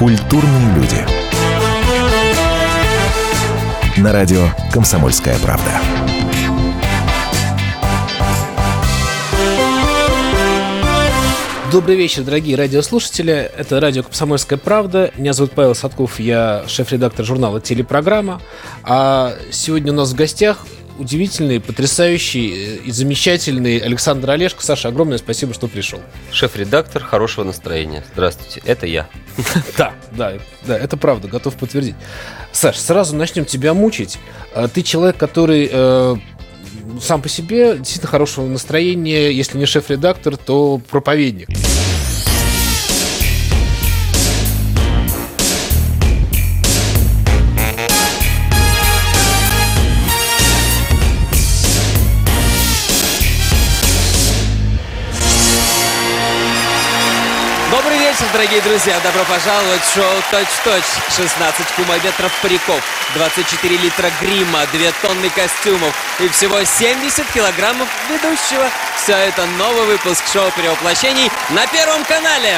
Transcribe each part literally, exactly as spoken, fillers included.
Культурные люди. На радио «Комсомольская правда». Добрый вечер, дорогие радиослушатели. Это радио «Комсомольская правда». Меня зовут Павел Садков, я шеф-редактор журнала «Телепрограмма». А сегодня у нас в гостях удивительный, потрясающий и замечательный Александр Олешко. Саша, огромное спасибо, что пришел. Шеф-редактор хорошего настроения. Здравствуйте, это я. Да, да, да, это правда, готов подтвердить. Саш, сразу начнем тебя мучить. Ты человек, который э, сам по себе действительно хорошего настроения, если не шеф-редактор, то проповедник. Дорогие друзья, добро пожаловать в шоу «Точь-точь». шестнадцать кубометров париков, двадцать четыре литра грима, две тонны костюмов и всего семьдесят килограммов ведущего. Все это новый выпуск шоу «Перевоплощений» на Первом канале.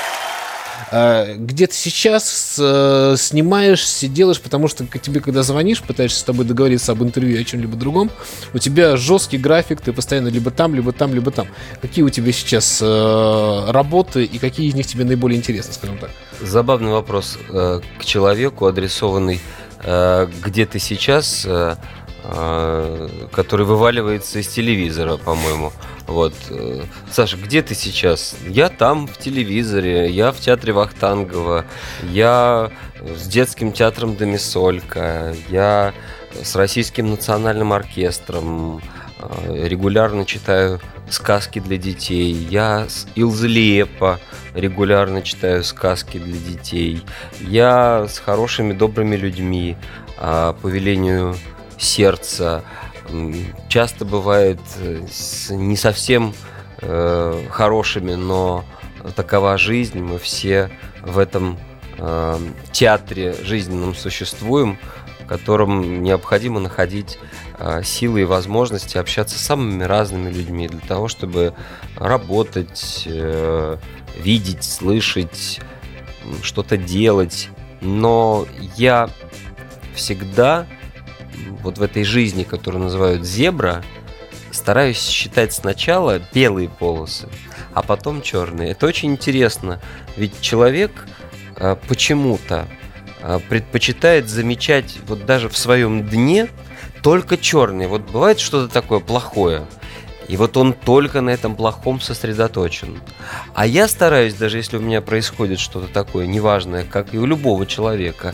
Где ты сейчас э, снимаешься, делаешь, потому что к тебе, когда звонишь, пытаешься с тобой договориться об интервью о чем-либо другом, у тебя жесткий график, ты постоянно либо там, либо там, либо там. Какие у тебя сейчас э, работы и какие из них тебе наиболее интересны, скажем так? Забавный вопрос э, к человеку, адресованный э, «Где ты сейчас?», э, э, который вываливается из телевизора, по-моему. Вот. Саша, где ты сейчас? Я там, в телевизоре, я в театре Вахтангова, я с детским театром Домисолька, я с Российским национальным оркестром, регулярно читаю сказки для детей, я с Илзы Лиеппо регулярно читаю сказки для детей, я с хорошими, добрыми людьми по велению сердца. Часто бывает с не совсем э, хорошими, но такова жизнь. Мы все в этом э, театре жизненном существуем, в котором необходимо находить э, силы и возможности общаться с самыми разными людьми для того, чтобы работать, э, видеть, слышать, что-то делать. Но я всегда... вот в этой жизни, которую называют зебра, стараюсь считать сначала белые полосы, а потом черные. Это очень интересно, ведь человек э, почему-то э, предпочитает замечать вот даже в своем дне только черные. Вот бывает что-то такое плохое, и вот он только на этом плохом сосредоточен. А я стараюсь, даже если у меня происходит что-то такое неважное, как и у любого человека,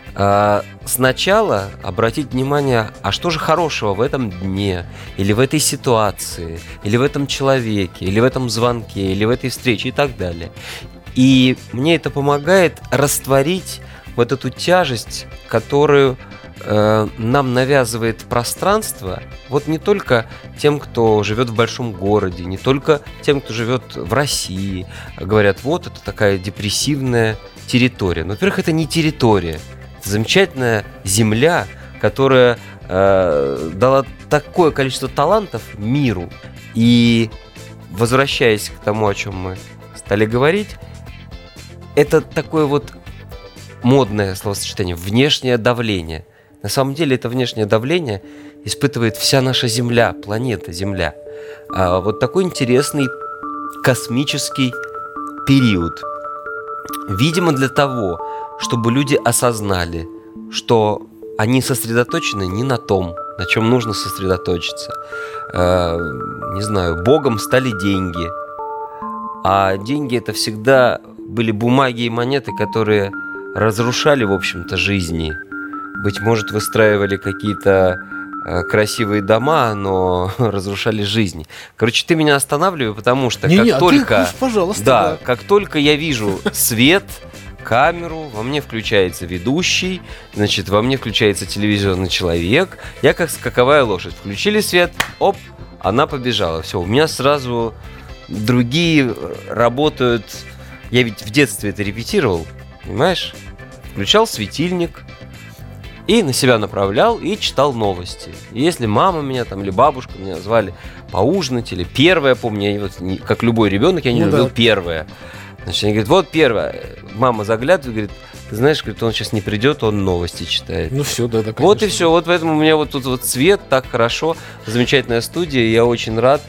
сначала обратить внимание, а что же хорошего в этом дне, или в этой ситуации, или в этом человеке, или в этом звонке, или в этой встрече и так далее. И мне это помогает растворить вот эту тяжесть, которую э, нам навязывает пространство, вот не только тем, кто живет в большом городе, не только тем, кто живет в России. Говорят, вот это такая депрессивная территория. Но, во-первых, это не территория. Замечательная земля, которая э, дала такое количество талантов миру. И, возвращаясь к тому, о чем мы стали говорить, это такое вот модное словосочетание — внешнее давление. На самом деле это внешнее давление испытывает вся наша Земля, планета Земля. А вот такой интересный космический период. Видимо, для того, чтобы люди осознали, что они сосредоточены не на том, на чем нужно сосредоточиться. Э, не знаю, богом стали деньги. А деньги — это всегда были бумаги и монеты, которые разрушали, в общем-то, жизни. Быть может, выстраивали какие-то э, красивые дома, но разрушали жизни. Короче, ты меня останавливай, потому что не, как не, только... А ты, пожалуйста, да, да. Как только я вижу свет, камеру, во мне включается ведущий, значит, во мне включается телевизионный человек, я как скаковая лошадь. Включили свет, оп, она побежала. Все, у меня сразу другие работают. Я ведь в детстве это репетировал, понимаешь? Включал светильник и на себя направлял и читал новости. И если мама меня там или бабушка меня звали поужинать или первое, помню, я, вот, как любой ребенок, я не ну любил да. первое. Значит, они говорят, вот первое. Мама заглядывает и говорит, ты знаешь, говорит, он сейчас не придет, он новости читает. Ну все, да, да, конечно. Вот и все. Вот поэтому у меня вот тут вот свет, так хорошо. Замечательная студия. Я очень рад,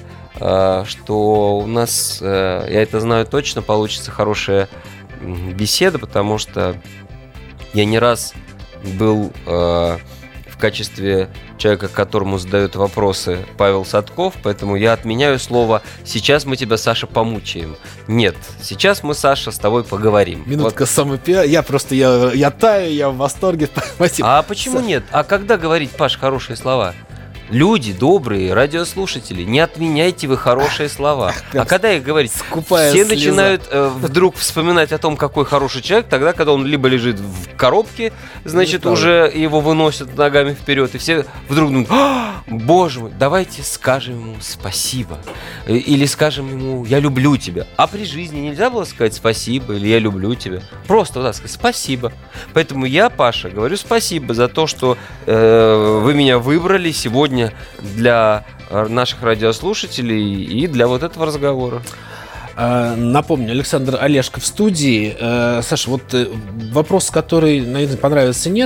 что у нас, я это знаю точно, получится хорошая беседа, потому что я не раз был в качестве человека, которому задают вопросы Павел Садков, поэтому я отменяю слово «сейчас мы тебя, Саша, помучаем». Нет, сейчас мы, Саша, с тобой поговорим. Минутка вот. Самопиар. Я просто, я, я таю, я в восторге. Спасибо. А почему Саша. Нет? А когда говорить, Паш, хорошие слова? Люди добрые, радиослушатели, не отменяйте вы хорошие слова. А когда их говорить? Скупая все слеза. Начинают э, вдруг вспоминать о том, какой хороший человек, тогда, когда он либо лежит в коробке, значит, уже его выносят ногами вперед, и все вдруг думают, боже мой, давайте скажем ему спасибо. Или скажем ему, я люблю тебя. А при жизни нельзя было сказать спасибо или я люблю тебя. Просто вот так сказать спасибо. Поэтому я, Паша, говорю спасибо за то, что э, вы меня выбрали сегодня для наших радиослушателей и для вот этого разговора. Напомню, Александр Олешко в студии. Саша, вот вопрос, который, наверное, понравится, нет.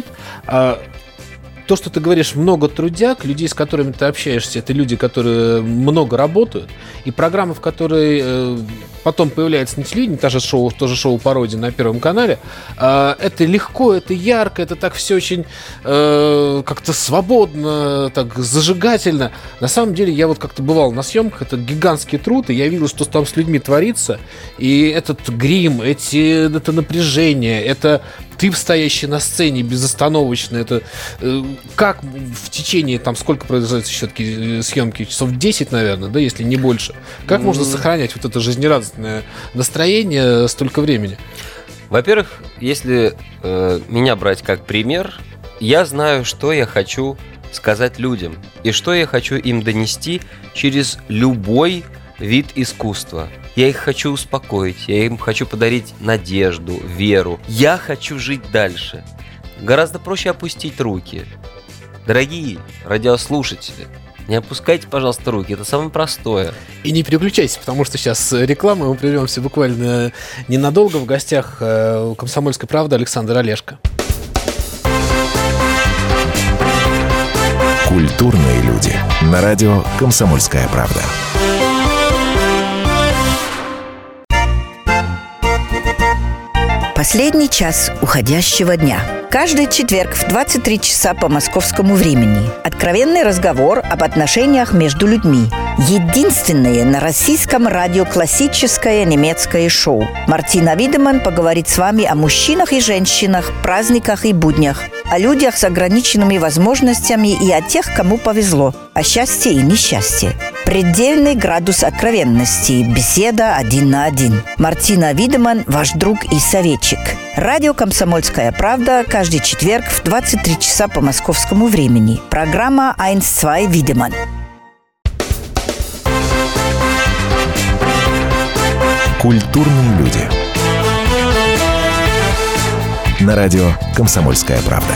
То, что ты говоришь, много трудяг, людей, с которыми ты общаешься, это люди, которые много работают, и программы, в которые э, потом появляются на телевидении, та же шоу, тоже шоу-пародия на Первом канале, э, это легко, это ярко, это так все очень э, как-то свободно, так зажигательно. На самом деле, я вот как-то бывал на съемках, это гигантский труд, и я видел, что там с людьми творится, и этот грим, эти, это напряжение, это ты, стоящий на сцене безостановочно, это э, как в течение, там, сколько произойдет все-таки съемки? Часов десять, наверное, да, если не больше. Как mm-hmm. можно сохранять вот это жизнерадостное настроение столько времени? Во-первых, если э, меня брать как пример, я знаю, что я хочу сказать людям и что я хочу им донести через любой вид искусства. Я их хочу успокоить, я им хочу подарить надежду, веру. Я хочу жить дальше. Гораздо проще опустить руки. Дорогие радиослушатели, не опускайте, пожалуйста, руки. Это самое простое. И не переключайтесь, потому что сейчас реклама. Мы прервемся буквально ненадолго. В гостях у «Комсомольской правды» Александр Олешко. Культурные люди. На радио «Комсомольская правда». Последний час уходящего дня. Каждый четверг в двадцать три часа по московскому времени. Откровенный разговор об отношениях между людьми. Единственное на российском радио классическое немецкое шоу. Мартина Видеманн поговорит с вами о мужчинах и женщинах, праздниках и буднях, о людях с ограниченными возможностями и о тех, кому повезло, о счастье и несчастье. Предельный градус откровенности. Беседа один на один. Мартина Видеманн, ваш друг и советчик. Радио «Комсомольская правда» каждый четверг в двадцать три часа по московскому времени. Программа один-два Видеманн. Культурные люди. На радио «Комсомольская правда».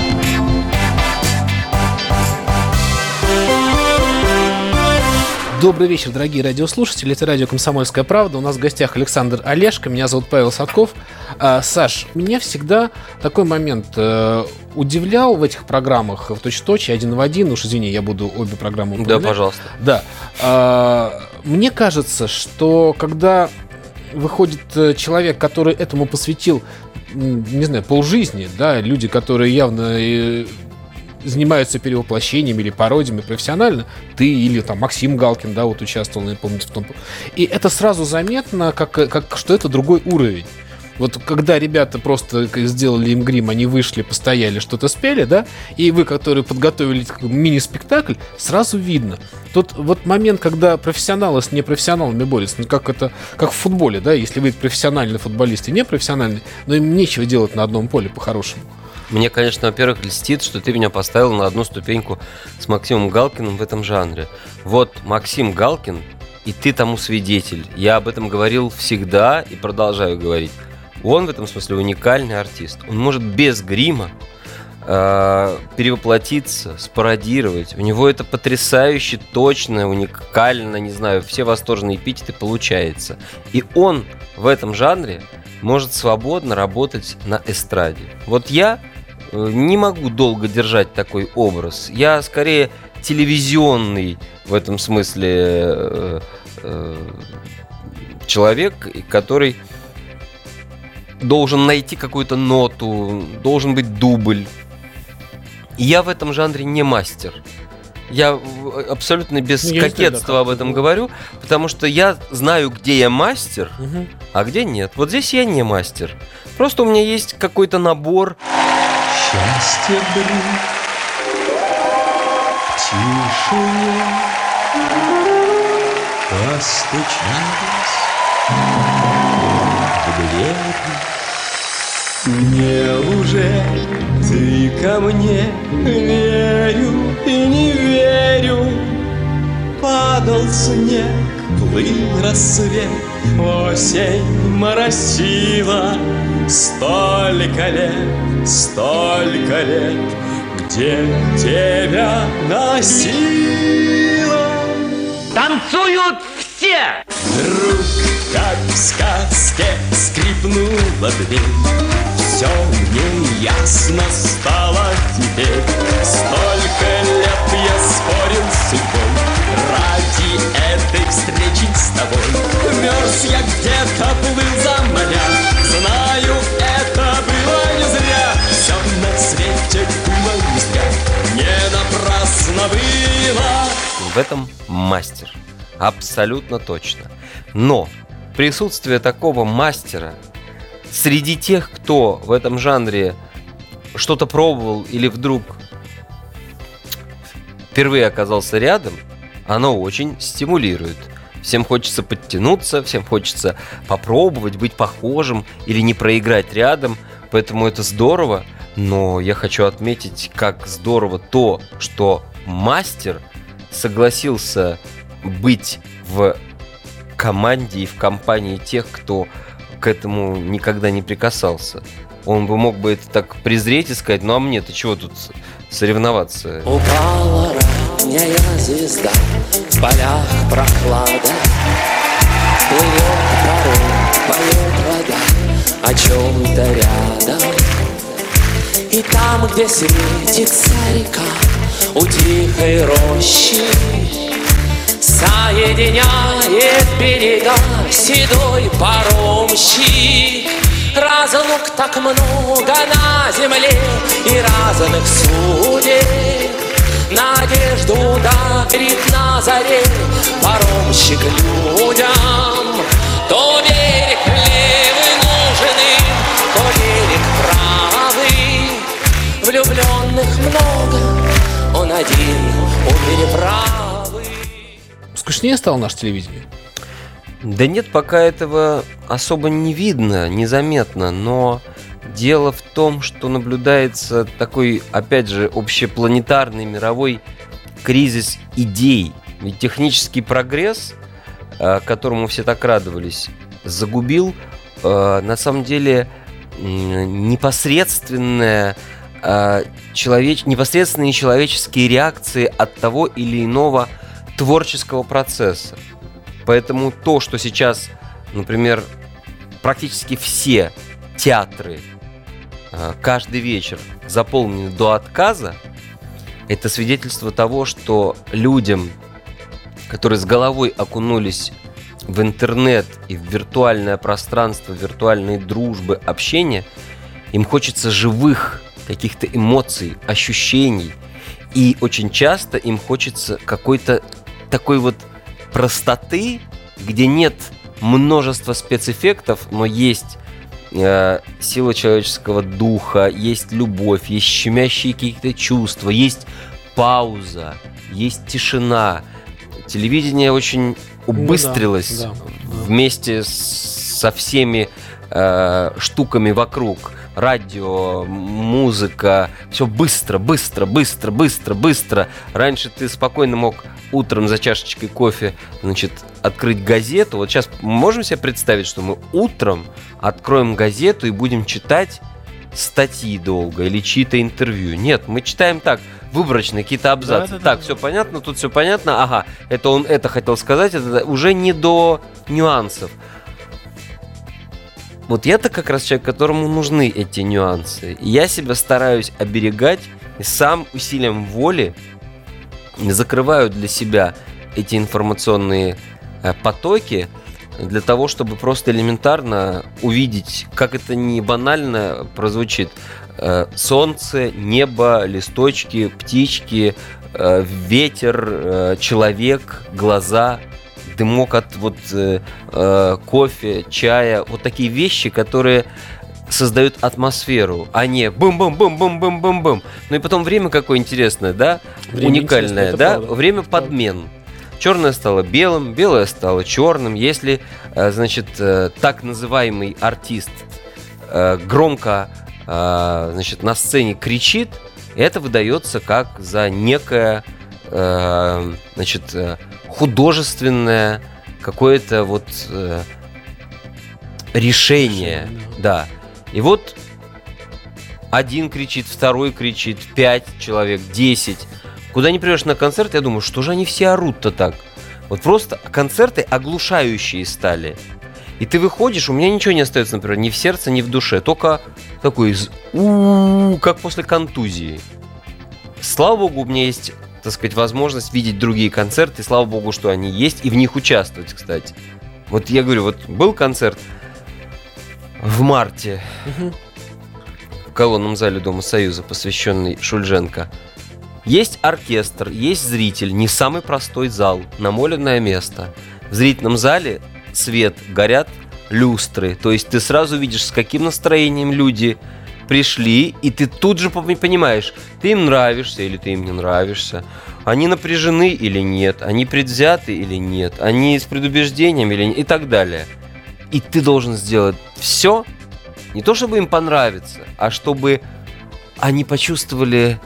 Добрый вечер, дорогие радиослушатели. Это радио «Комсомольская правда». У нас в гостях Александр Олешко. Меня зовут Павел Садков. А, Саш, меня всегда такой момент э, удивлял в этих программах в точь-в-точь, один в один. Уж извини, я буду обе программы упоминать. Да, пожалуйста. Да. А, мне кажется, что когда выходит человек, который этому посвятил, не знаю, полжизни, да, люди, которые явно занимаются перевоплощением или пародиями профессионально, ты или там Максим Галкин, да, вот участвовал, я помню, в том. И это сразу заметно, как, как, что это другой уровень. Вот когда ребята просто сделали им грим, они вышли, постояли, что-то спели, да, и вы, которые подготовили мини-спектакль, сразу видно. Тут вот момент, когда профессионалы с непрофессионалами борются, ну как это, как в футболе, да, если вы профессиональный футболист и непрофессиональный, но им нечего делать на одном поле по-хорошему. Мне, конечно, во-первых, льстит, что ты меня поставил на одну ступеньку с Максимом Галкиным в этом жанре. Вот Максим Галкин, и ты тому свидетель. Я об этом говорил всегда и продолжаю говорить. Он в этом смысле уникальный артист. Он может без грима э, перевоплотиться, спародировать. У него это потрясающе, точно, уникально, не знаю, все восторженные эпитеты получается. И он в этом жанре может свободно работать на эстраде. Вот я не могу долго держать такой образ. Я скорее телевизионный в этом смысле э, э, человек, который должен найти какую-то ноту, должен быть дубль. Я в этом жанре не мастер. Я абсолютно без ну, кокетства знаю, да, об этом говорю, потому что я знаю, где я мастер, угу. а где нет. Вот здесь я не мастер. Просто у меня есть какой-то набор. Счастье вдруг в тишине постучалось в двери. Неужели ты ко мне? Верю и не верю. Падал снег, плыл рассвет, осень моросила. Столько лет, столько лет, где тебя носила. Танцуют все! Вдруг, как в сказке, скрипнула дверь. Все мне ясно стало теперь. Столько лет я спорил с судьбой ради этой встречи с тобой. Мерз я где-то, плыл за моря. Знаю, это было не зря. Все на свете было не зря. Не напрасно было. В этом мастер. Абсолютно точно. Но присутствие такого мастера среди тех, кто в этом жанре что-то пробовал или вдруг впервые оказался рядом, оно очень стимулирует. Всем хочется подтянуться, всем хочется попробовать быть похожим или не проиграть рядом, поэтому это здорово. Но я хочу отметить, как здорово то, что мастер согласился быть в команде и в компании тех, кто к этому никогда не прикасался. Он бы мог бы это так презреть и сказать: ну а мне-то чего тут соревноваться? Упала ранняя звезда, в полях прохлада. Плывет порой, поет вода о чем-то рядом. И там, где светится река, у тихой рощи соединяет берега седой паромщик. Разлук так много на земле и разных судеб. Надежду дарит на заре паромщик людям. То берег левый нужен им, то берег правый. Влюбленных много, он один у переправы. Скучнее стало наше телевидение? Да нет, пока этого особо не видно, незаметно, но дело в том, что наблюдается такой, опять же, общепланетарный мировой кризис идей. Ведь технический прогресс, к которому все так радовались, загубил, на самом деле, непосредственное, человеч... непосредственные человеческие реакции от того или иного творческого процесса. Поэтому то, что сейчас, например, практически все театры каждый вечер заполнены до отказа, это свидетельство того, что людям, которые с головой окунулись в интернет и в виртуальное пространство, виртуальные дружбы, общения, им хочется живых каких-то эмоций, ощущений. И очень часто им хочется какой-то такой вот простоты, где нет множества спецэффектов, но есть э, сила человеческого духа, есть любовь, есть щемящие какие-то чувства, есть пауза, есть тишина. Телевидение очень убыстрилось, ну, да, да, вместе с, со всеми э, штуками вокруг. Радио, музыка, все быстро, быстро, быстро, быстро, быстро. Раньше ты спокойно мог утром за чашечкой кофе, значит, открыть газету. Вот сейчас можем себе представить, что мы утром откроем газету и будем читать статьи долго или чьи-то интервью. Нет, мы читаем так, выборочно какие-то абзацы. Да, да, так, да, все да. понятно, тут все понятно. Ага, это он это хотел сказать, это уже не до нюансов. вот я-то как раз человек, которому нужны эти нюансы. И я себя стараюсь оберегать и сам усилием воли закрываю для себя эти информационные потоки для того, чтобы просто элементарно увидеть, как это не банально прозвучит, солнце, небо, листочки, птички, ветер, человек, глаза, дымок от вот, кофе, чая. Вот такие вещи, которые создают атмосферу, а не бум-бум-бум-бум-бум-бум-бум. Ну и потом время какое интересное, да? Время уникальное, да? Правда. Время подмен. Черное стало белым, белое стало черным. Если, значит, так называемый артист громко, значит, на сцене кричит, это выдается как за некое, значит, художественное какое-то вот решение, да. И вот один кричит, второй кричит, пять человек, десять. Куда не придешь на концерт, я думаю, что же они все орут-то так? Вот просто концерты оглушающие стали. И ты выходишь, у меня ничего не остается, например, ни в сердце, ни в душе. Только такой, у-у-у, как после контузии. Слава богу, у меня есть, так сказать, возможность видеть другие концерты. Слава богу, что они есть, и в них участвовать, кстати. Вот я говорю, вот был концерт в марте угу. в колонном зале Дома Союза, посвященный Шульженко. Есть оркестр, есть зритель, не самый простой зал, намоленное место. В зрительном зале свет, горят люстры, то есть ты сразу видишь, с каким настроением люди пришли, и ты тут же понимаешь, ты им нравишься или ты им не нравишься, они напряжены или нет, они предвзяты или нет, они с предубеждением или нет, и так далее. И ты должен сделать все, не то чтобы им понравиться, а чтобы они почувствовали,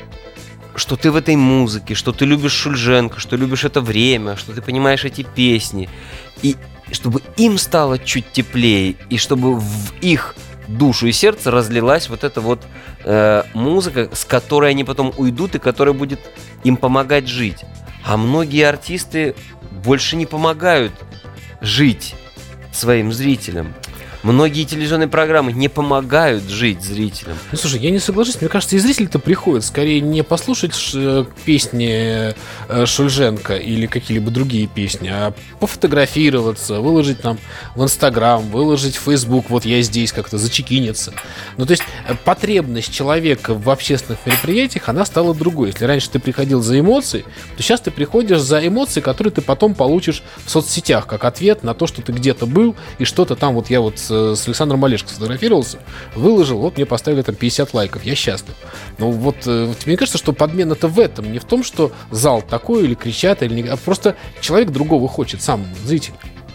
что ты в этой музыке, что ты любишь Шульженко, что любишь это время, что ты понимаешь эти песни. И чтобы им стало чуть теплее, и чтобы в их душу и сердце разлилась вот эта вот э, музыка, с которой они потом уйдут и которая будет им помогать жить. А многие артисты больше не помогают жить своим зрителям. Многие телевизионные программы не помогают жить зрителям. Ну, слушай, я не соглашусь. Мне кажется, и зрители-то приходят скорее не послушать ш- песни э, Шульженко или какие-либо другие песни, а пофотографироваться, выложить там в Инстаграм, выложить в Фейсбук, вот я здесь, как-то зачекиниться. Ну, то есть потребность человека в общественных мероприятиях, она стала другой. Если раньше ты приходил за эмоции, то сейчас ты приходишь за эмоции, которые ты потом получишь в соцсетях, как ответ на то, что ты где-то был и что-то там, вот я вот с Александром Олешко сфотографировался, выложил, вот мне поставили там пятьдесят лайков, я счастлив. Но вот э, мне кажется, что подмена-то в этом, не в том, что зал такой или кричат, или не, а просто человек другого хочет, сам зритель.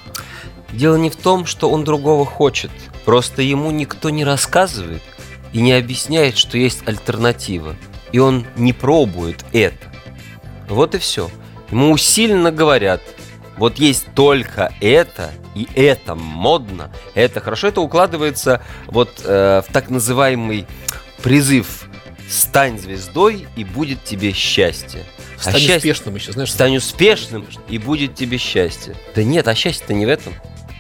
Дело не в том, что он другого хочет, просто ему никто не рассказывает и не объясняет, что есть альтернатива, и он не пробует это. Вот и все. Ему усиленно говорят, вот есть только это, и это модно, это хорошо. Это укладывается вот э, в так называемый призыв «Стань звездой, и будет тебе счастье». Стань а успешным счастье... еще, знаешь. Стань успешным, и будет тебе счастье. Да нет, а счастье-то не в этом.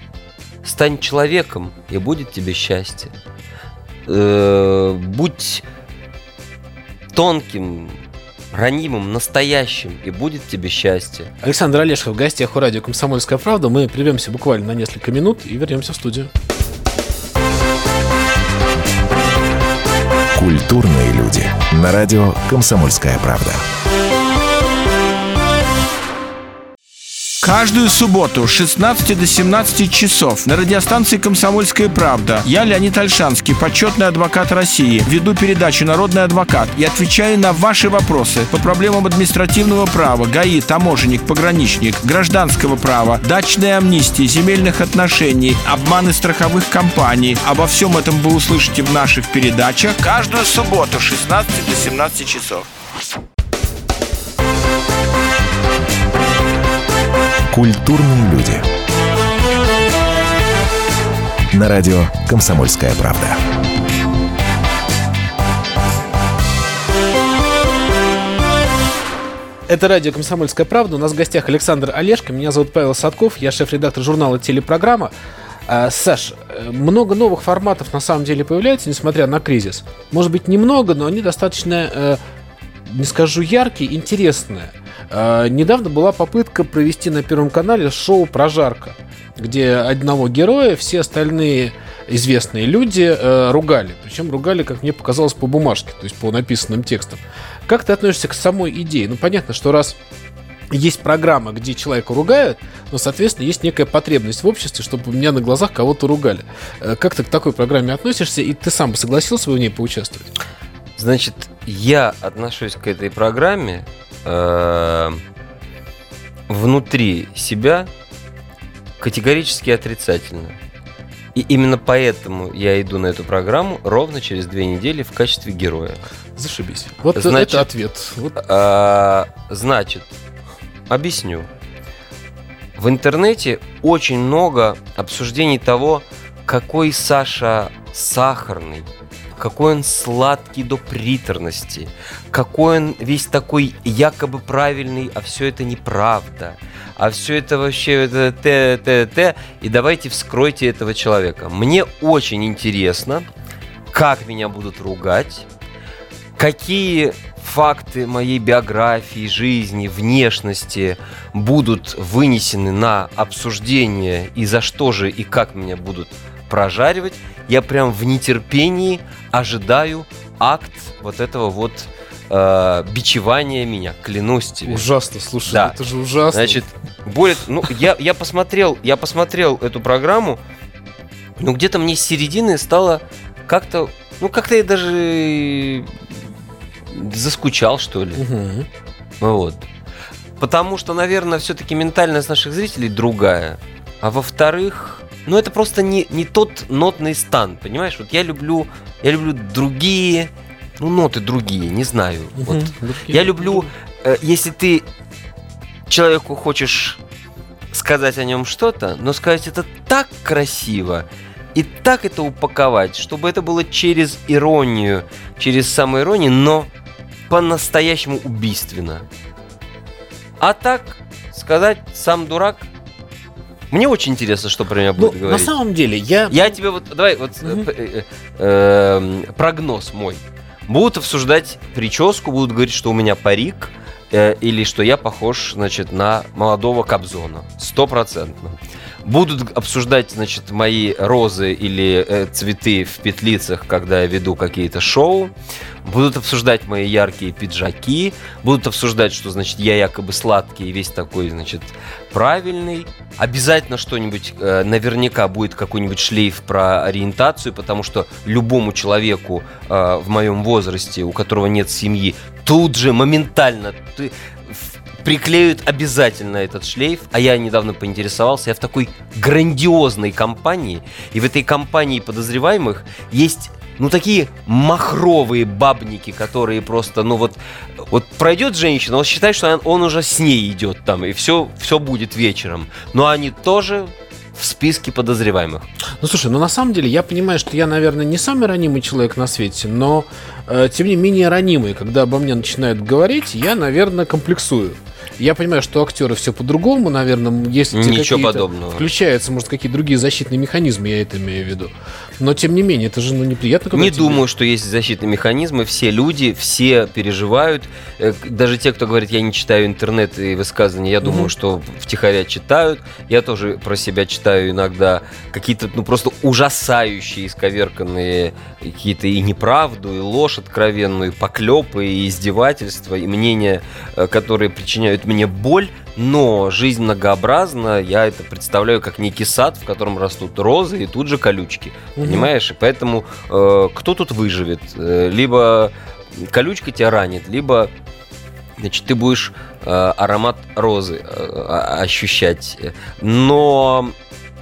Стань человеком, и будет тебе счастье. Э-э, будь тонким, ранимым, настоящим, и будет тебе счастье. Александр Олешко в гостях у радио «Комсомольская правда». Мы прервемся буквально на несколько минут и вернемся в студию. Культурные люди. На радио «Комсомольская правда». Каждую субботу с шестнадцати до семнадцати часов на радиостанции «Комсомольская правда» я, Леонид Ольшанский, почетный адвокат России, веду передачу «Народный адвокат» и отвечаю на ваши вопросы по проблемам административного права, ГАИ, таможенник, пограничник, гражданского права, дачной амнистии, земельных отношений, обманы страховых компаний. Обо всем этом вы услышите в наших передачах каждую субботу с шестнадцати до семнадцати часов. Культурные люди. На радио «Комсомольская правда». Это радио «Комсомольская правда». У нас в гостях Александр Олешко. Меня зовут Павел Садков. Я шеф-редактор журнала «Телепрограмма». А, Саш, много новых форматов на самом деле появляется, несмотря на кризис. Может быть, немного, но они достаточно, э, не скажу яркие, интересные. Э, недавно была попытка провести на Первом канале шоу «Прожарка», где одного героя все остальные известные люди э, ругали. Причем ругали, как мне показалось, по бумажке, то есть по написанным текстам. Как ты относишься к самой идее? Ну, понятно, что раз есть программа, где человека ругают, но, соответственно, есть некая потребность в обществе, чтобы у меня на глазах кого-то ругали. Как ты к такой программе относишься, и ты сам бы согласился бы в ней поучаствовать? Значит, я отношусь к этой программе э, внутри себя категорически отрицательно. И именно поэтому я иду на эту программу ровно через две недели в качестве героя. Зашибись. Вот значит, это ответ. Вот. Э, значит, объясню. В интернете очень много обсуждений того, какой Саша сахарный, какой он сладкий до приторности, какой он весь такой якобы правильный, а все это неправда, а все это вообще это т, т, т, и давайте вскройте этого человека. Мне очень интересно, как меня будут ругать, какие факты моей биографии, жизни, внешности будут вынесены на обсуждение, и за что же и как меня будут прожаривать. Я прям в нетерпении ожидаю акт вот этого вот э, бичевания меня, клянусь тебе. Ужасно, слушай, да. Это же ужасно. Значит, более, ну, я, я посмотрел, я посмотрел эту программу, но где-то мне с середины стало как-то, ну, как-то я даже заскучал, что ли. Угу. Вот. Потому что, наверное, все-таки ментальность наших зрителей другая. А во-вторых, ну, это просто не, не тот нотный стан, понимаешь? Вот я люблю, я люблю другие, ну, ноты другие, не знаю. Угу. Вот. Я люблю, э, если ты человеку хочешь сказать о нем что-то, но сказать это так красиво, и так это упаковать, чтобы это было через иронию, через самоиронию, но по-настоящему убийственно. А так, сказать «сам дурак», мне очень интересно, что про меня будет ну, говорить. На самом деле, я... Я тебе вот, давай, вот угу. э, э, э, прогноз мой. Будут обсуждать прическу, будут говорить, что у меня парик, э, или что я похож, значит, на молодого Кобзона. Стопроцентно. Будут обсуждать, значит, мои розы или э, цветы в петлицах, когда я веду какие-то шоу. Будут обсуждать мои яркие пиджаки. Будут обсуждать, что, значит, я якобы сладкий и весь такой, значит, правильный. Обязательно что-нибудь, э, наверняка будет какой-нибудь шлейф про ориентацию, потому что любому человеку э, в моем возрасте, у которого нет семьи, тут же моментально... Ты, приклеют обязательно этот шлейф, а я недавно поинтересовался, я в такой грандиозной компании, и в этой компании подозреваемых есть, ну, такие махровые бабники, которые просто, ну, вот, вот пройдет женщина, он считает, что он, он уже с ней идет там, и все, все будет вечером, но они тоже в списке подозреваемых. Ну, слушай, ну, на самом деле, я понимаю, что я, наверное, не самый ранимый человек на свете, но, э, тем не менее, ранимый. Когда обо мне начинают говорить, я, наверное, комплексую. Я понимаю, что актеры все по-другому, наверное, если ничего подобного. Включаются, может, какие-то другие защитные механизмы, я это имею в виду. Но, тем не менее, это же, ну, неприятно. Не тебе... думаю, что есть защитные механизмы. Все люди, все переживают. Даже те, кто говорит, я не читаю интернет и высказывания, я думаю, mm-hmm. что втихаря читают. Я тоже про себя читаю иногда какие-то, ну, просто ужасающие, исковерканные какие-то и неправду, и ложь откровенную, и поклепы, и издевательства, и мнения, которые причиняют мне боль, но жизнь многообразна, я это представляю как некий сад, в котором растут розы и тут же колючки, угу. понимаешь? И поэтому э, кто тут выживет? Э, либо колючка тебя ранит, либо, значит, ты будешь э, аромат розы э, ощущать. Но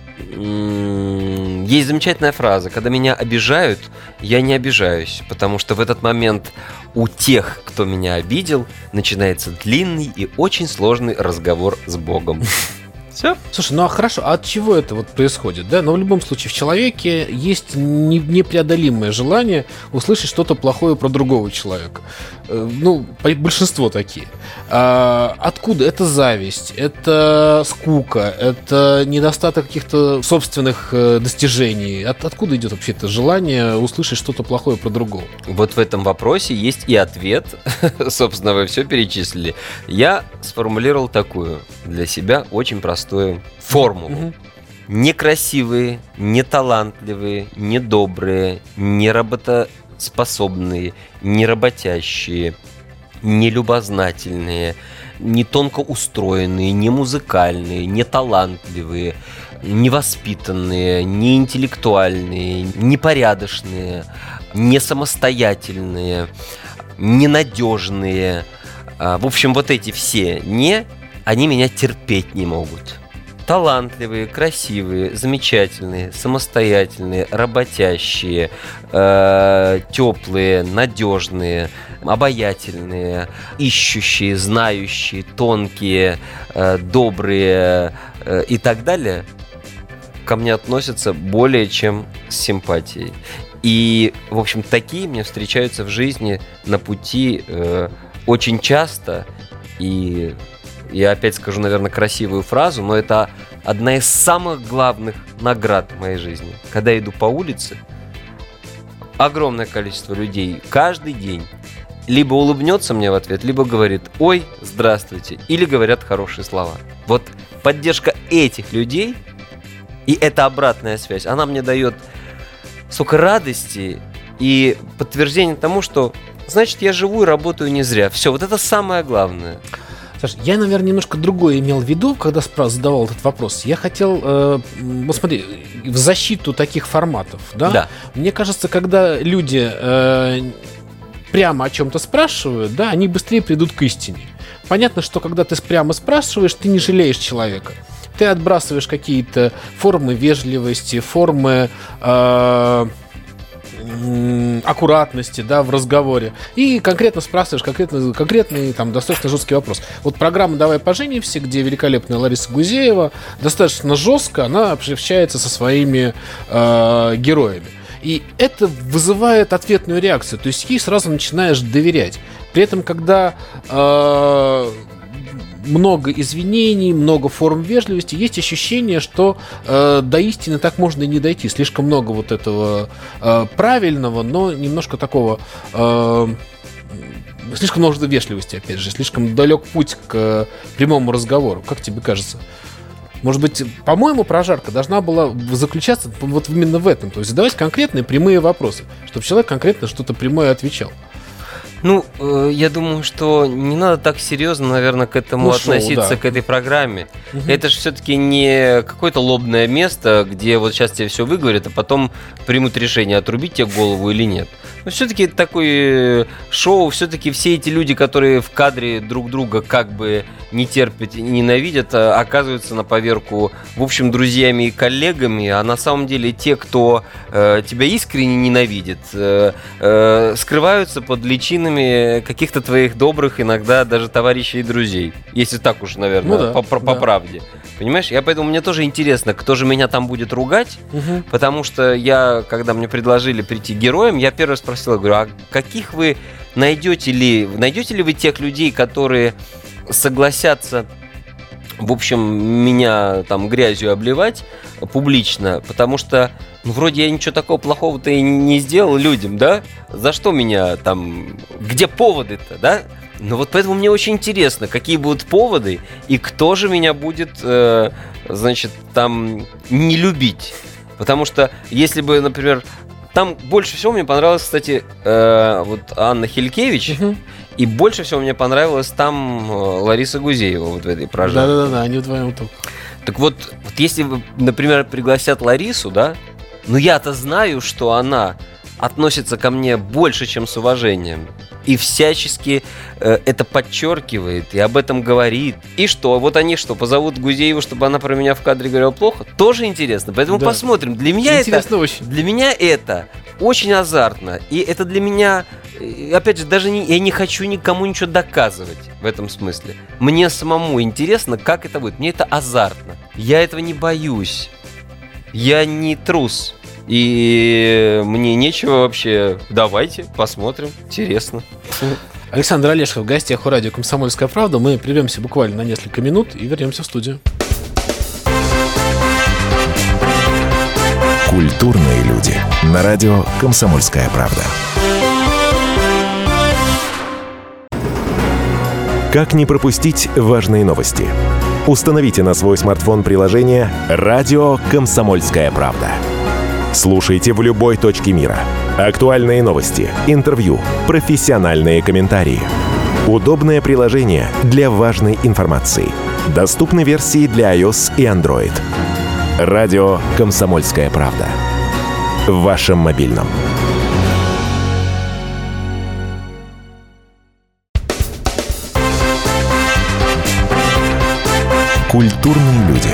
э, есть замечательная фраза: когда меня обижают, я не обижаюсь, потому что в этот момент у тех, кто меня обидел, начинается длинный и очень сложный разговор с Богом. Все. Слушай, ну а хорошо, а от чего это вот происходит, да? Но в любом случае в человеке есть не, непреодолимое желание услышать что-то плохое про другого человека. ну, большинство такие. А, откуда? Это зависть, это скука, это недостаток каких-то собственных достижений. От, откуда идет вообще это желание услышать что-то плохое про другого? Вот в этом вопросе есть и ответ. Собственно, вы все перечислили. Я сформулировал такую для себя очень простую формулу. Mm-hmm. Некрасивые, неталантливые, недобрые, неработоспособные, неработящие, нелюбознательные, не тонко устроенные, не музыкальные, не талантливые, невоспитанные, неинтеллектуальные, непорядочные, не самостоятельные, ненадежные. В общем, вот эти все «не», они меня терпеть не могут. Талантливые, красивые, замечательные, самостоятельные, работящие, э, теплые, надежные, обаятельные, ищущие, знающие, тонкие, э, добрые э, и так далее ко мне относятся более чем с симпатией. И, в общем, такие мне встречаются в жизни на пути э, очень часто. И я опять скажу, наверное, красивую фразу, но это одна из самых главных наград в моей жизни. Когда я иду по улице, огромное количество людей каждый день либо улыбнется мне в ответ, либо говорит «Ой, здравствуйте», или говорят хорошие слова. Вот поддержка этих людей и эта обратная связь, она мне дает столько радости и подтверждение тому, что значит, я живу и работаю не зря. Все, вот это самое главное. Саша, я, наверное, немножко другое имел в виду, когда задавал этот вопрос. Я хотел, э, вот смотри, в защиту таких форматов, да? Да. Мне кажется, когда люди э, прямо о чем-то спрашивают, да, они быстрее придут к истине. Понятно, что когда ты прямо спрашиваешь, ты не жалеешь человека. Ты отбрасываешь какие-то формы вежливости, формы э, аккуратности, да, в разговоре. И конкретно спрашиваешь конкретно, конкретный, там, достаточно жесткий вопрос. Вот программа «Давай поженимся», где великолепная Лариса Гузеева, достаточно жестко, она общается со своими э, героями. И это вызывает ответную реакцию. То есть ей сразу начинаешь доверять. При этом, когда э, много извинений, много форм вежливости, есть ощущение, что э, до истины так можно и не дойти. Слишком много вот этого э, правильного, но немножко такого... Э, слишком много вежливости, опять же. Слишком далек путь к э, прямому разговору. Как тебе кажется? Может быть, по-моему, прожарка должна была заключаться вот именно в этом. То есть задавать конкретные прямые вопросы, чтобы человек конкретно что-то прямое отвечал. Ну, э, я думаю, что не надо так серьезно, наверное, к этому ну, относиться, шоу, да. к этой программе. Угу. Это же все-таки не какое-то лобное место, где вот сейчас тебе все выговорят, а потом примут решение, отрубить тебе голову или нет. Но все-таки это такое шоу, все-таки все эти люди, которые в кадре друг друга как бы не терпят и ненавидят, оказываются на поверку, в общем, друзьями и коллегами, а на самом деле те, кто э, тебя искренне ненавидит, э, э, скрываются под личиной каких-то твоих добрых, иногда даже товарищей и друзей. Если так уж, наверное, ну да, по, по, да. по правде. Понимаешь? Я поэтому мне тоже интересно, кто же меня там будет ругать, угу. потому что я, когда мне предложили прийти героем, я первый спросил, я говорю, а каких вы найдете ли, найдете ли вы тех людей, которые согласятся, в общем, меня там грязью обливать публично, потому что, ну, вроде я ничего такого плохого-то и не сделал людям, да? За что меня там... Где поводы-то, да? Ну, вот поэтому мне очень интересно, какие будут поводы и кто же меня будет, э, значит, там не любить. Потому что, если бы, например... Там больше всего мне понравилась, кстати, э, вот Анна Хилькевич, угу. и больше всего мне понравилась там Лариса Гузеева вот в этой прожарке. Да-да-да, они вдвоем только. Так вот, вот если, например, пригласят Ларису, да, ну я-то знаю, что она относится ко мне больше, чем с уважением, и всячески э, это подчеркивает, и об этом говорит. И что? Вот они что, позовут Гузееву, чтобы она про меня в кадре говорила плохо? Тоже интересно. Поэтому да. посмотрим. Для меня интересно это, очень. Для меня это очень азартно. И это для меня, опять же, даже не, я не хочу никому ничего доказывать в этом смысле. Мне самому интересно, как это будет. Мне это азартно. Я этого не боюсь. Я не трус. И мне нечего вообще. Давайте, посмотрим. Интересно. Александр Олешков в гостях у радио «Комсомольская правда». Мы прервемся буквально на несколько минут и вернемся в студию. Культурные люди. На радио «Комсомольская правда». Как не пропустить важные новости? Установите на свой смартфон приложение «Радио Комсомольская правда». Слушайте в любой точке мира. Актуальные новости, интервью, профессиональные комментарии. Удобное приложение для важной информации. Доступны версии для iOS и Android. «Радио Комсомольская правда». В вашем мобильном. Культурные люди.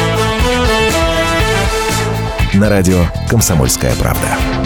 На радио «Комсомольская правда».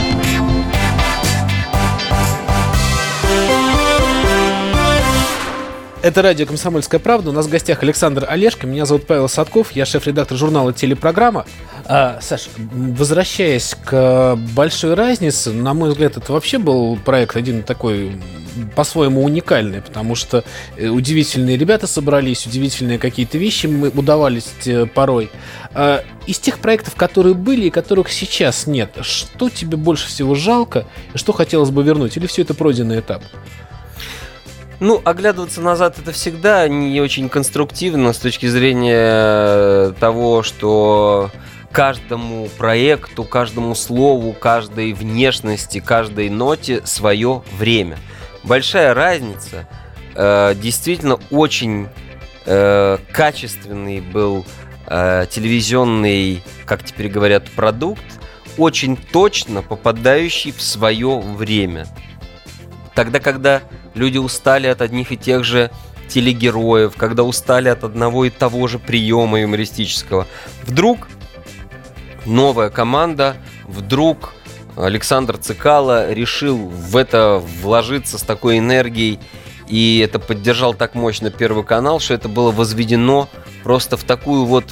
Это радио «Комсомольская правда». У нас в гостях Александр Олешко. Меня зовут Павел Садков. Я шеф-редактор журнала «Телепрограмма». А, Саш, возвращаясь к большой разнице, на мой взгляд, это вообще был проект один такой по-своему уникальный, потому что удивительные ребята собрались, удивительные какие-то вещи удавались порой. А, из тех проектов, которые были и которых сейчас нет, что тебе больше всего жалко и что хотелось бы вернуть? Или все это пройденный этап? Ну, оглядываться назад — это всегда не очень конструктивно с точки зрения того, что каждому проекту, каждому слову, каждой внешности, каждой ноте свое время. Большая разница. Э, действительно, очень э, качественный был э, телевизионный, как теперь говорят, продукт, очень точно попадающий в свое время. Тогда, когда люди устали от одних и тех же телегероев, когда устали от одного и того же приема юмористического, вдруг новая команда, вдруг Александр Цекало решил в это вложиться с такой энергией, и это поддержал так мощно Первый канал, что это было возведено просто в такую вот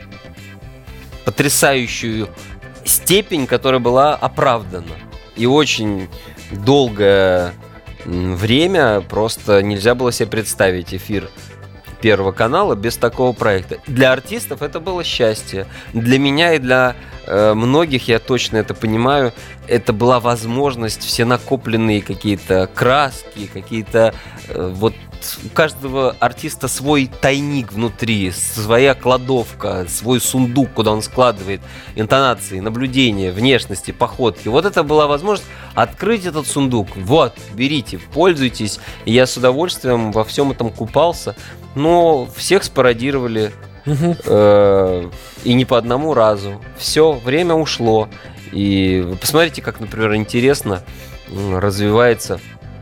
потрясающую степень, которая была оправдана. И очень долгое время просто нельзя было себе представить эфир Первого канала без такого проекта. Для артистов это было счастье. Для меня и для э, многих, я точно это понимаю, это была возможность, все накопленные какие-то краски, какие-то э, вот у каждого артиста свой тайник внутри, своя кладовка, свой сундук, куда он складывает интонации, наблюдения, внешности, походки. Вот это была возможность открыть этот сундук. Вот, берите, пользуйтесь. И я с удовольствием во всем этом купался. Но всех спародировали э, и не по одному разу. Все, время ушло. И вы посмотрите, как, например, интересно развивается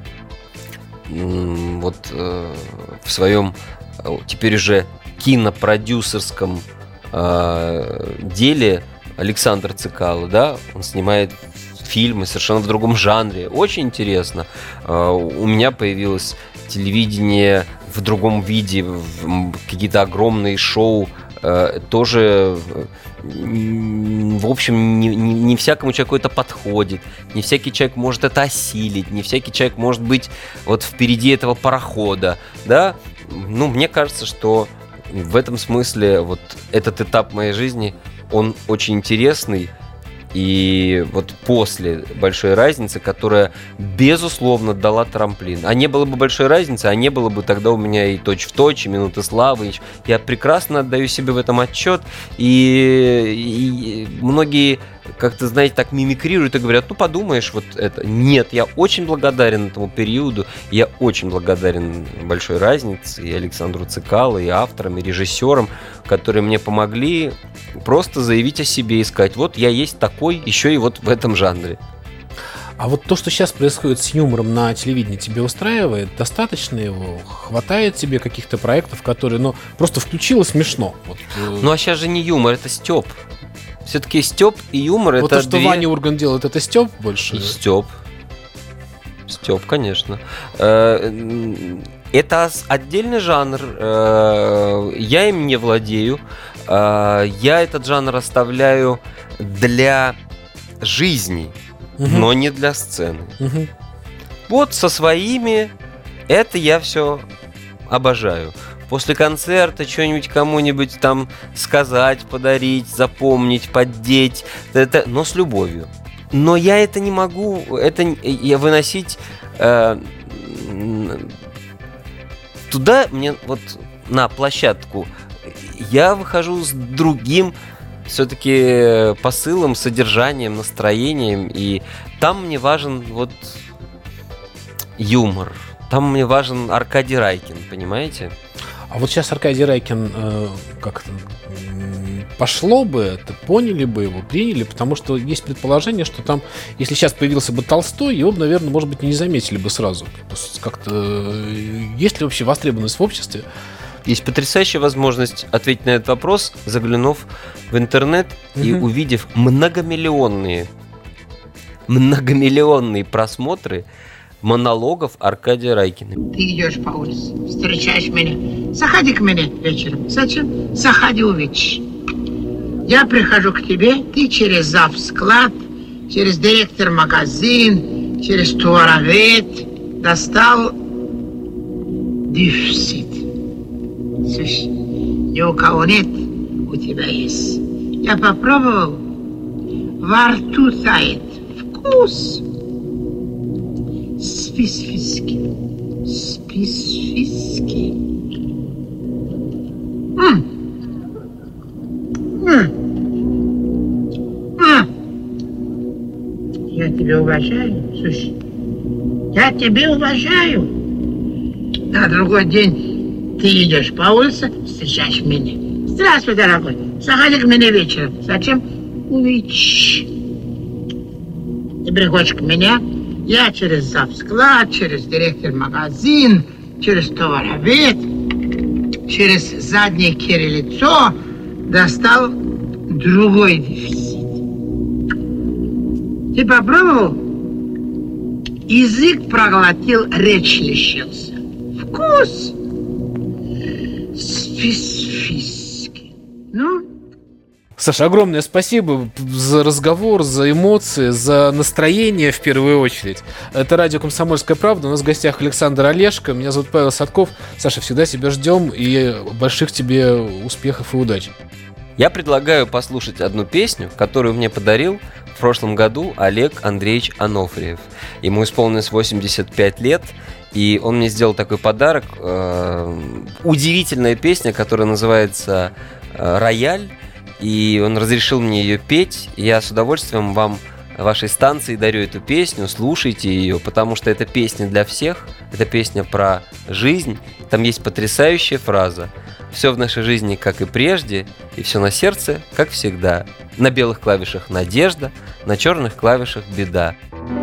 вот э, в своем э, теперь уже кинопродюсерском э, деле Александр Цекало, да, он снимает фильмы совершенно в другом жанре, очень интересно. Э, у меня появилось телевидение в другом виде, какие-то огромные шоу, э, тоже, в общем, не, не, не всякому человеку это подходит, не всякий человек может это осилить, не всякий человек может быть вот впереди этого парохода, да. Ну, мне кажется, что в этом смысле вот этот этап моей жизни, он очень интересный. И вот после большой разницы, которая, безусловно, дала трамплин. А не было бы большой разницы, а не было бы тогда у меня и точь-в-точь, и минуты славы. Я прекрасно отдаю себе в этом отчет. И, и многие, как-то, знаете, так мимикрируют и говорят, ну, подумаешь, вот это. Нет, я очень благодарен этому периоду. Я очень благодарен большой разнице и Александру Цекало, и авторам, и режиссерам, которые мне помогли просто заявить о себе и сказать, вот я есть такой, еще и вот в этом жанре. А вот то, что сейчас происходит с юмором на телевидении, тебе устраивает? Достаточно его? Хватает тебе каких-то проектов, которые, ну, просто включило смешно? Вот, э... Ну, а сейчас же не юмор, это стёб. Все-таки стёб и юмор вот это то, что две... Ваня Ургант делает, это стёб больше? Стёб. Стёб, конечно. Это отдельный жанр. Я им не владею. Я этот жанр оставляю для жизни, угу. но не для сцены. Угу. Вот со своими это я все обожаю. После концерта что-нибудь кому-нибудь там сказать, подарить, запомнить, поддеть, это, но с любовью. Но я это не могу, это я выносить э, туда, мне вот на площадку. Я выхожу с другим все-таки посылом, содержанием, настроением, и там мне важен вот юмор, там мне важен Аркадий Райкин, понимаете? А вот сейчас Аркадий Райкин э, как-то пошло бы, это поняли бы его, приняли, потому что есть предположение, что там, если сейчас появился бы Толстой, его бы, наверное, может быть, и не заметили бы сразу. Как-то есть ли вообще востребованность в обществе? Есть потрясающая возможность ответить на этот вопрос, заглянув в интернет и угу. увидев многомиллионные, многомиллионные просмотры монологов Аркадия Райкина. Ты идешь по улице, встречаешь меня. Заходи к мне вечером. Зачем? Заходи, увидишь. Я прихожу к тебе, ты через завсклад, через директор магазин, через туаровед достал дефицит. Слушай, ни у кого нет, у тебя есть. Я попробовал, во рту тает вкус. Специфический. Специфический. М. М. М. Я тебя уважаю, слушай. Я тебя уважаю. На другой день ты идешь по улице, встречаешь меня. Здравствуй, дорогой. Заходи к мне вечером. Зачем? Увидишь. Ты приходишь к мне. Я через завсклад, через директор магазин, через товаровед, через заднее кириллицо достал другой дефицит. Ты попробовал? Язык проглотил, речь лишился. Вкус специфический. Ну? Саша, огромное спасибо за разговор, за эмоции, за настроение в первую очередь. Это радио «Комсомольская правда». У нас в гостях Александр Олешко. Меня зовут Павел Садков. Саша, всегда тебя ждем и больших тебе успехов и удачи. Я предлагаю послушать одну песню, которую мне подарил в прошлом году Олег Андреевич Анофриев. Ему исполнилось восемьдесят пять лет, и он мне сделал такой подарок. Удивительная песня, которая называется «Рояль». И он разрешил мне ее петь. И я с удовольствием вам, вашей станции, дарю эту песню. Слушайте ее, потому что это песня для всех. Это песня про жизнь. Там есть потрясающая фраза: «Все в нашей жизни, как и прежде, и все на сердце, как всегда. На белых клавишах надежда, на черных клавишах беда».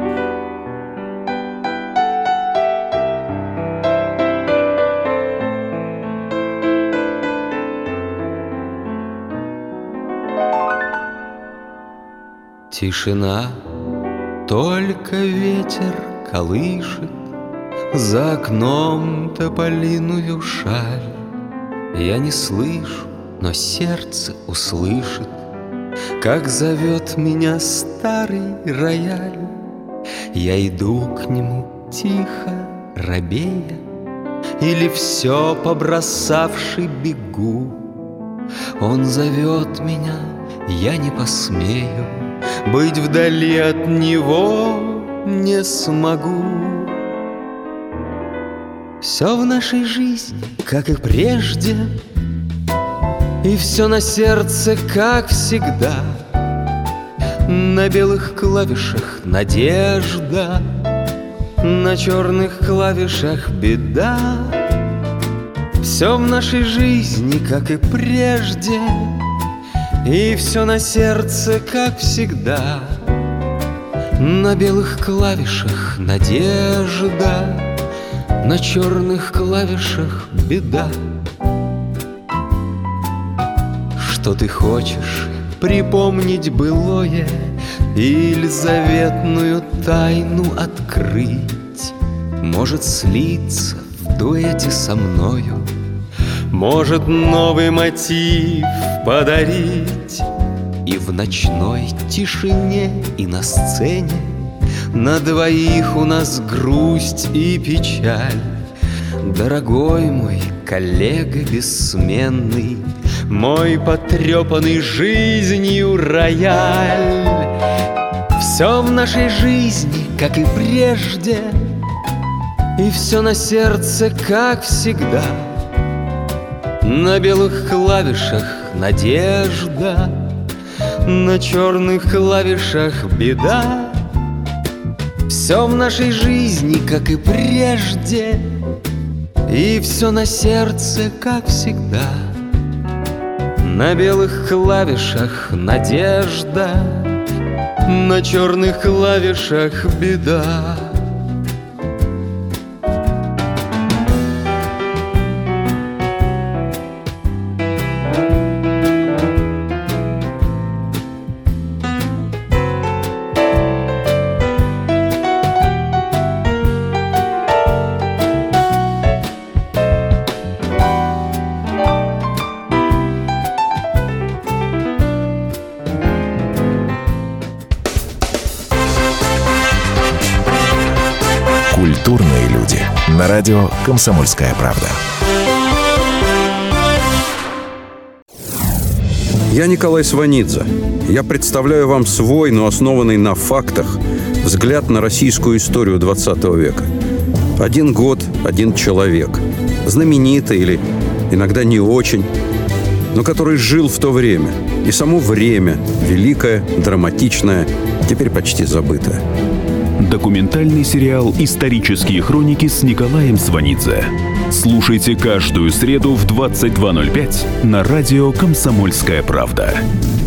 Тишина, только ветер колышет за окном тополиную шаль. Я не слышу, но сердце услышит, как зовет меня старый рояль. Я иду к нему тихо, робея, или все побросавши бегу. Он зовет меня, я не посмею, быть вдали от него не смогу. Все в нашей жизни, как и прежде, и все на сердце, как всегда. На белых клавишах надежда, на черных клавишах беда. Все в нашей жизни, как и прежде, и все на сердце, как всегда. На белых клавишах надежда, на черных клавишах беда. Что ты хочешь припомнить былое или заветную тайну открыть? Может слиться в дуэте со мною, может новый мотив подарить. И в ночной тишине, и на сцене на двоих у нас грусть и печаль. дорогой мой коллега бессменный, мой потрепанный жизнью рояль. Все в нашей жизни, как и прежде, и все на сердце, как всегда. На белых клавишах надежда, на черных клавишах беда. Все в нашей жизни, как и прежде, и все на сердце, как всегда. На белых клавишах надежда, на черных клавишах беда. Культурные люди. На радио «Комсомольская правда». Я Николай Сванидзе. Я представляю вам свой, но основанный на фактах, взгляд на российскую историю двадцатого века. Один год, один человек. Знаменитый или иногда не очень, но который жил в то время. И само время, великое, драматичное, теперь почти забытое. Документальный сериал «Исторические хроники» с Николаем Сванидзе. Слушайте каждую среду в двадцать два ноль пять на радио «Комсомольская правда».